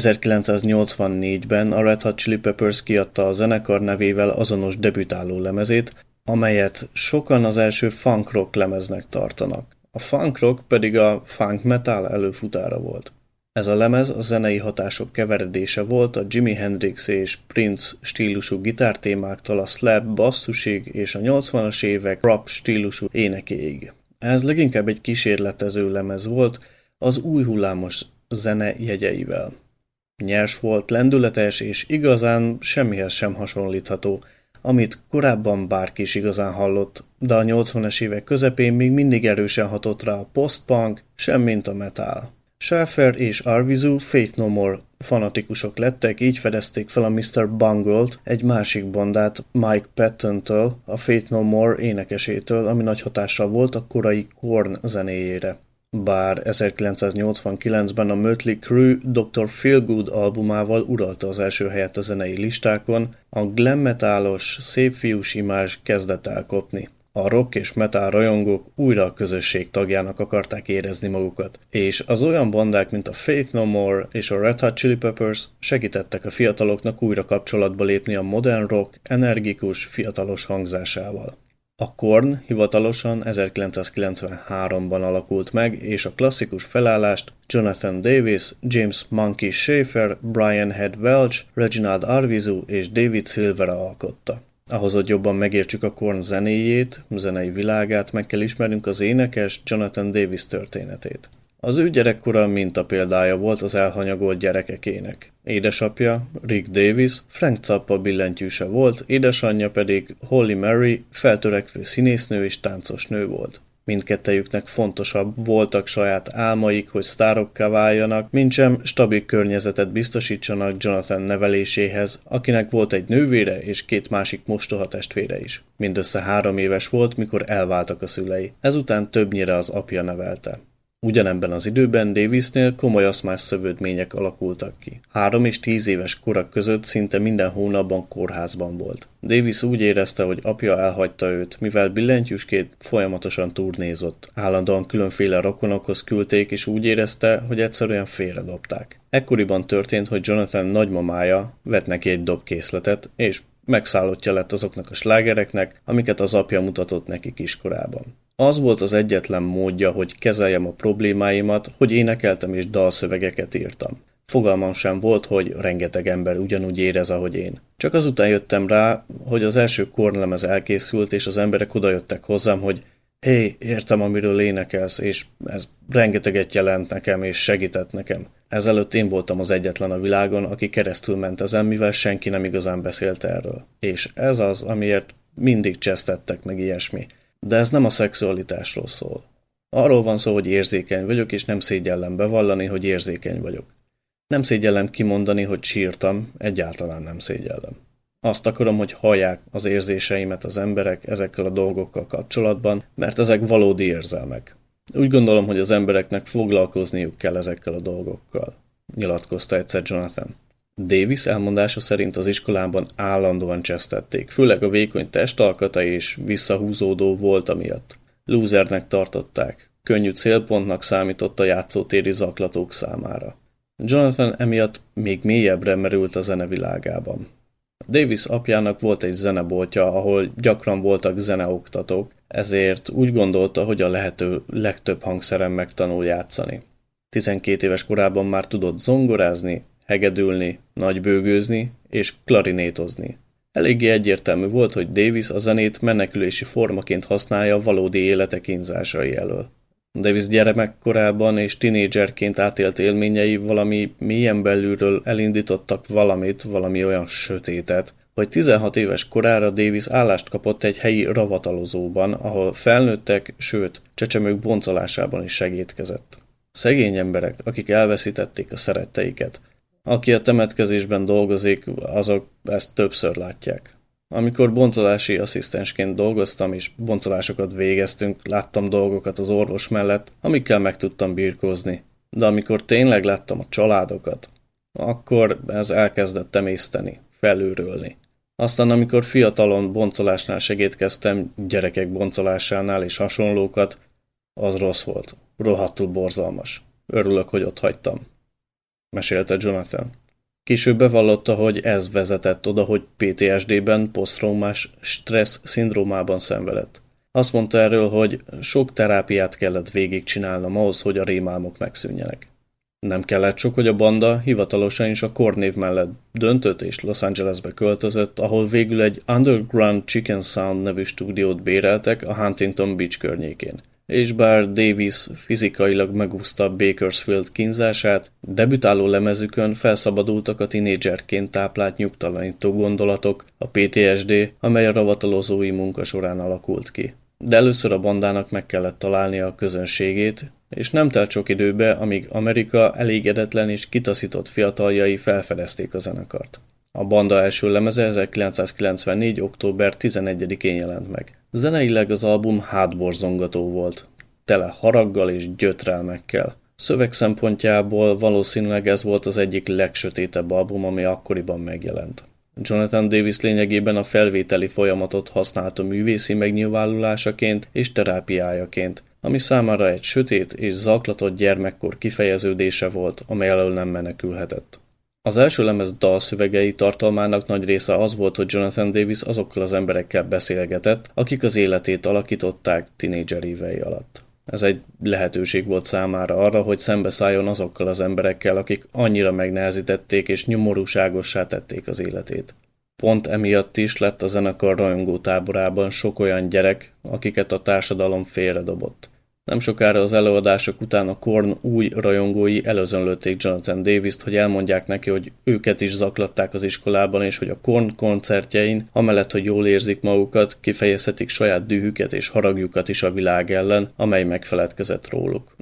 1984-ben a Red Hot Chili Peppers kiadta a zenekar nevével azonos debütáló lemezét, amelyet sokan az első funk rock lemeznek tartanak. A funk rock pedig a funk metal előfutára volt. Ez a lemez a zenei hatások keveredése volt a Jimi Hendrix és Prince stílusú gitártémáktól a slap basszusig és a 80-as évek rap stílusú énekéig. Ez leginkább egy kísérletező lemez volt az új hullámos zene jegyeivel. Nyers volt, lendületes és igazán semmihez sem hasonlítható, amit korábban bárki is igazán hallott, de a 80-es évek közepén még mindig erősen hatott rá a post-punk, semmint a metal. Schaffer és Arvizu Faith No More fanatikusok lettek, így fedezték fel a Mr. Bungle-t, egy másik bandát Mike Patton-től, a Faith No More énekesétől, ami nagy hatással volt a korai Korn zenéjére. Bár 1989-ben a Mötley Crüe Dr. Feelgood albumával uralta az első helyet a zenei listákon, a glam metalos, szép fiús imázs kezdett elkopni. A rock és metal rajongók újra a közösség tagjának akarták érezni magukat, és az olyan bandák, mint a Faith No More és a Red Hot Chili Peppers segítettek a fiataloknak újra kapcsolatba lépni a modern rock energikus, fiatalos hangzásával. A Korn hivatalosan 1993-ban alakult meg, és a klasszikus felállást Jonathan Davis, James Monkey Schaefer, Brian Head Welch, Reginald Arvizu és David Silvera alkotta. Ahhoz, hogy jobban megértsük a Korn zenéjét, zenei világát, meg kell ismernünk az énekes Jonathan Davis történetét. Az ő gyerekkora mintapéldája volt az elhanyagolt gyerekekének. Édesapja, Rick Davis, Frank Zappa billentyűse volt, édesanyja pedig Holly Mary, feltörekvő színésznő és táncosnő volt. Mindkettejüknek fontosabb voltak saját álmaik, hogy sztárokká váljanak, mintsem stabil környezetet biztosítsanak Jonathan neveléséhez, akinek volt egy nővére és 2 másik mostoha testvére is. Mindössze 3 éves volt, mikor elváltak a szülei. Ezután többnyire az apja nevelte. Ugyanebben az időben Davisnél komoly aszmás szövődmények alakultak ki. 3 és 10 éves korak között szinte minden hónapban kórházban volt. Davis úgy érezte, hogy apja elhagyta őt, mivel billentyűsként folyamatosan turnézott. Állandóan különféle rokonokhoz küldték, és úgy érezte, hogy egyszerűen félredobták. Ekkoriban történt, hogy Jonathan nagymamája vett neki egy dobkészletet, és megszállottja lett azoknak a slágereknek, amiket az apja mutatott neki kiskorában. Az volt az egyetlen módja, hogy kezeljem a problémáimat, hogy énekeltem és dalszövegeket írtam. Fogalmam sem volt, hogy rengeteg ember ugyanúgy érez, ahogy én. Csak azután jöttem rá, hogy az első Korn-lemez elkészült, és az emberek odajöttek hozzám, hogy hé, értem, amiről énekelsz, és ez rengeteget jelent nekem, és segített nekem. Ezelőtt én voltam az egyetlen a világon, aki keresztül ment ezen, mivel senki nem igazán beszélt erről. És ez az, amiért mindig csesztettek meg ilyesmi. De ez nem a szexualitásról szól. Arról van szó, hogy érzékeny vagyok, és nem szégyellem bevallani, hogy érzékeny vagyok. Nem szégyellem kimondani, hogy sírtam, egyáltalán nem szégyellem. Azt akarom, hogy hallják az érzéseimet az emberek ezekkel a dolgokkal kapcsolatban, mert ezek valódi érzelmek. Úgy gondolom, hogy az embereknek foglalkozniuk kell ezekkel a dolgokkal, nyilatkozta egyszer Jonathan. Davis elmondása szerint az iskolában állandóan csesztették, főleg a vékony testalkata és visszahúzódó volta miatt. Lúzernek tartották, könnyű célpontnak számított a játszótéri zaklatók számára. Jonathan emiatt még mélyebbre merült a zenevilágában. Davis apjának volt egy zeneboltja, ahol gyakran voltak zeneoktatók, ezért úgy gondolta, hogy a lehető legtöbb hangszeren megtanul játszani. 12 éves korában már tudott zongorázni, hegedülni, nagybőgőzni és klarinétozni. Eléggé egyértelmű volt, hogy Davis a zenét menekülési formaként használja a valódi élete kínzásai elől. Davis gyermekkorában és tinédzserként átélt élményei valami mélyen belülről elindítottak valami olyan sötétet, hogy 16 éves korára Davis állást kapott egy helyi ravatalozóban, ahol felnőttek, sőt, csecsemők boncolásában is segédkezett. Szegény emberek, akik elveszítették a szeretteiket. Aki a temetkezésben dolgozik, azok ezt többször látják. Amikor boncolási asszisztensként dolgoztam és boncolásokat végeztünk, láttam dolgokat az orvos mellett, amikkel meg tudtam birkózni. De amikor tényleg láttam a családokat, akkor ez elkezdett emészteni, felőrölni. Aztán amikor fiatalon boncolásnál segédkeztem, gyerekek boncolásánál és hasonlókat, az rossz volt. Rohadtul borzalmas. Örülök, hogy ott hagytam. Mesélte Jonathan. Később bevallotta, hogy ez vezetett oda, hogy PTSD-ben, posztraumás stressz szindrómában szenvedett. Azt mondta erről, hogy sok terápiát kellett végigcsinálnom ahhoz, hogy a rémálmok megszűnjenek. Nem kellett sok, hogy a banda hivatalosan is a Korn név mellett döntött és Los Angelesbe költözött, ahol végül egy Underground Chicken Sound nevű stúdiót béreltek a Huntington Beach környékén. És bár Davis fizikailag megúszta Bakersfield kínzását, debütáló lemezükön felszabadultak a tinédzserként táplált nyugtalanító gondolatok, a PTSD, amely a ravatalozói munka során alakult ki. De először a bandának meg kellett találnia a közönségét, és nem telt sok időbe, amíg Amerika elégedetlen és kitaszított fiataljai felfedezték a zenekart. A banda első lemeze 1994. október 11-én jelent meg. Zeneileg az album hátborzongató volt, tele haraggal és gyötrelmekkel. Szöveg szempontjából valószínűleg ez volt az egyik legsötétebb album, ami akkoriban megjelent. Jonathan Davis lényegében a felvételi folyamatot használta művészi megnyilvánulásaként és terápiájaként, ami számára egy sötét és zaklatott gyermekkor kifejeződése volt, amely elől nem menekülhetett. Az első lemez dalszövegei tartalmának nagy része az volt, hogy Jonathan Davis azokkal az emberekkel beszélgetett, akik az életét alakították tinédzser évei alatt. Ez egy lehetőség volt számára arra, hogy szembeszálljon azokkal az emberekkel, akik annyira megnehezítették és nyomorúságossá tették az életét. Pont emiatt is lett a zenekar rajongó táborában sok olyan gyerek, akiket a társadalom félredobott. Nem sokára az előadások után a Korn új rajongói előzönlötték Jonathan Davist, hogy elmondják neki, hogy őket is zaklatták az iskolában, és hogy a Korn koncertjein, amellett, hogy jól érzik magukat, kifejezhetik saját dühüket és haragjukat is a világ ellen, amely megfeledkezett róluk.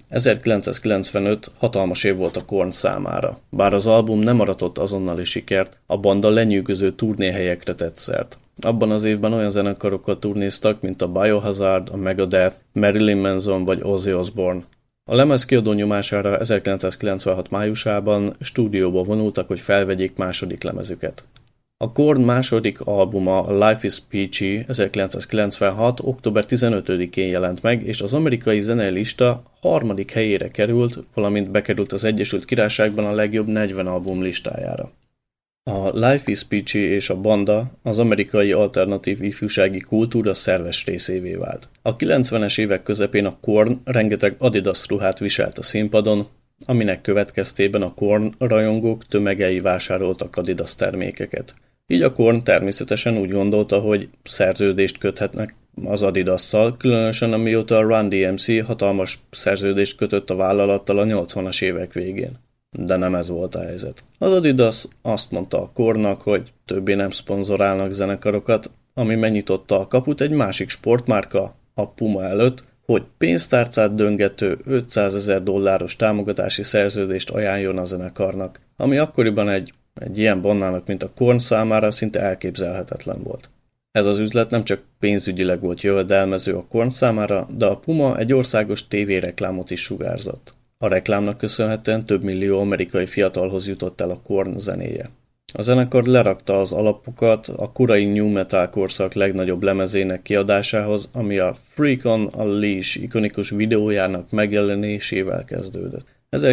1995 hatalmas év volt a Korn számára. Bár az album nem aratott azonnali sikert, a banda lenyűgöző turnéhelyekre tett szert. Abban az évben olyan zenekarokkal turnéztak, mint a Biohazard, a Megadeth, Marilyn Manson vagy Ozzy Osbourne. A lemez kiadó nyomására 1996 májusában stúdióba vonultak, hogy felvegyék második lemezüket. A Korn második albuma, a Life is Peachy 1996. október 15-én jelent meg, és az amerikai zenei lista harmadik helyére került, valamint bekerült az Egyesült Királyságban a legjobb 40 album listájára. A Life is Peachy és a banda az amerikai alternatív ifjúsági kultúra szerves részévé vált. A 90-es évek közepén a Korn rengeteg Adidas ruhát viselt a színpadon, aminek következtében a Korn rajongók tömegei vásároltak Adidas termékeket. Így a Korn természetesen úgy gondolta, hogy szerződést köthetnek az Adidasszal, különösen amióta a Run DMC hatalmas szerződést kötött a vállalattal a 80-as évek végén. De nem ez volt a helyzet. Az Adidas azt mondta a Kornnak, hogy többé nem szponzorálnak zenekarokat, ami megnyitotta a kaput egy másik sportmárka, a Puma előtt, hogy pénztárcát döngető $500,000 támogatási szerződést ajánljon a zenekarnak, ami akkoriban egy ilyen bandának, mint a Korn számára szinte elképzelhetetlen volt. Ez az üzlet nem csak pénzügyileg volt jövedelmező a Korn számára, de a Puma egy országos tévéreklámot is sugárzott. A reklámnak köszönhetően több millió amerikai fiatalhoz jutott el a Korn zenéje. A zenekar lerakta az alapokat a korai new metal korszak legnagyobb lemezének kiadásához, ami a Freak on a Leash ikonikus videójának megjelenésével kezdődött.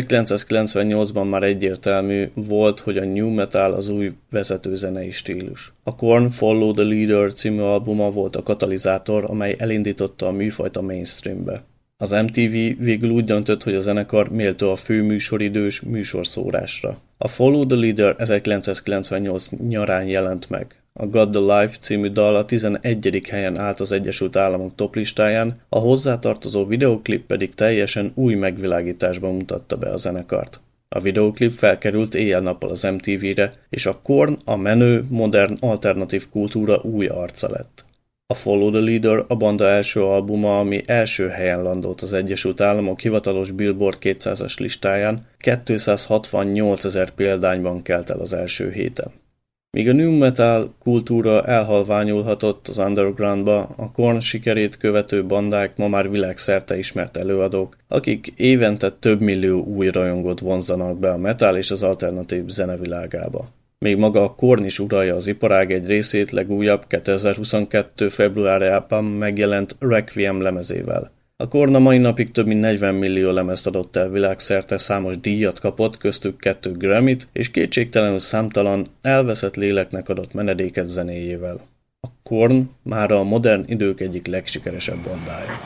1998-ban már egyértelmű volt, hogy a new metal az új vezető zenei stílus. A Korn Follow the Leader című albuma volt a katalizátor, amely elindította a műfajt a mainstreambe. Az MTV végül úgy döntött, hogy a zenekar méltó a főműsoridős műsorszórásra. A Follow the Leader 1998 nyarán jelent meg. A God the Life című dal a 11. helyen állt az Egyesült Államok toplistáján, a hozzátartozó videóklip pedig teljesen új megvilágításban mutatta be a zenekart. A videóklip felkerült éjjel-nappal az MTV-re, és a Korn a menő, modern, alternatív kultúra új arca lett. A Follow the Leader a banda első albuma, ami első helyen landolt az Egyesült Államok hivatalos Billboard 200-as listáján, 268 000 példányban kelt el az első héten. Míg a new metal kultúra elhalványulhatott az undergroundba, a Korn sikerét követő bandák ma már világszerte ismert előadók, akik évente több millió új rajongót vonzanak be a metal és az alternatív zenevilágába. Még maga a Korn is uralja az iparág egy részét legújabb 2022. februárjában megjelent Requiem lemezével. A Korn a mai napig több mint 40 millió lemezt adott el világszerte, számos díjat kapott, köztük 2 Grammy-t, és kétségtelenül számtalan elveszett léleknek adott menedéket zenéjével. A Korn mára a modern idők egyik legsikeresebb bandája.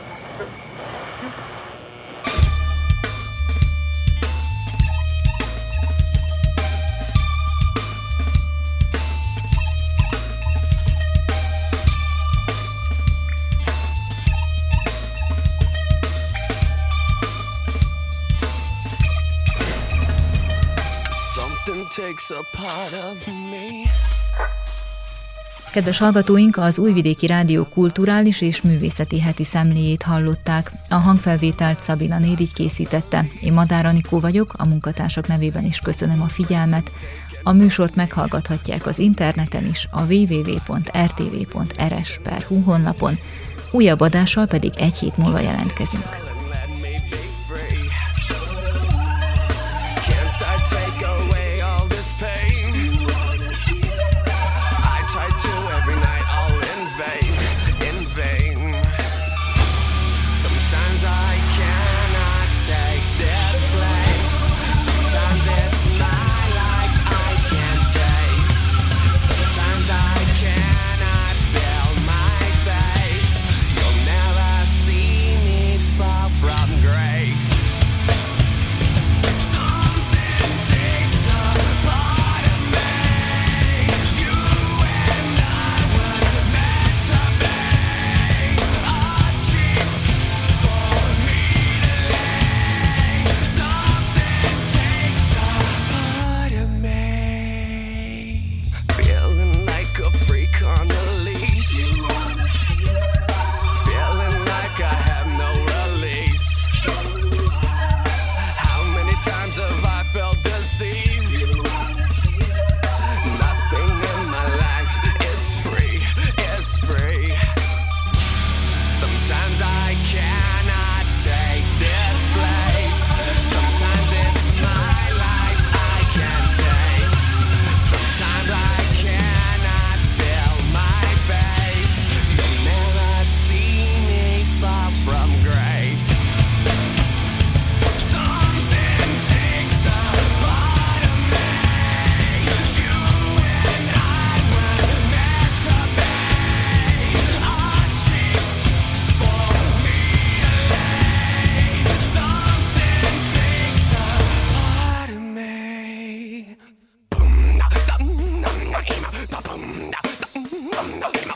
Kedves hallgatóink, az Újvidéki Rádió kulturális és művészeti heti szemléjét hallották. A hangfelvételt Szabina Nédigy készítette. Én Madár Anikó vagyok, a munkatársak nevében is köszönöm a figyelmet. A műsort meghallgathatják az interneten is, a www.rtv.rs.hu honlapon. Újabb adással pedig egy hét múlva jelentkezünk. No.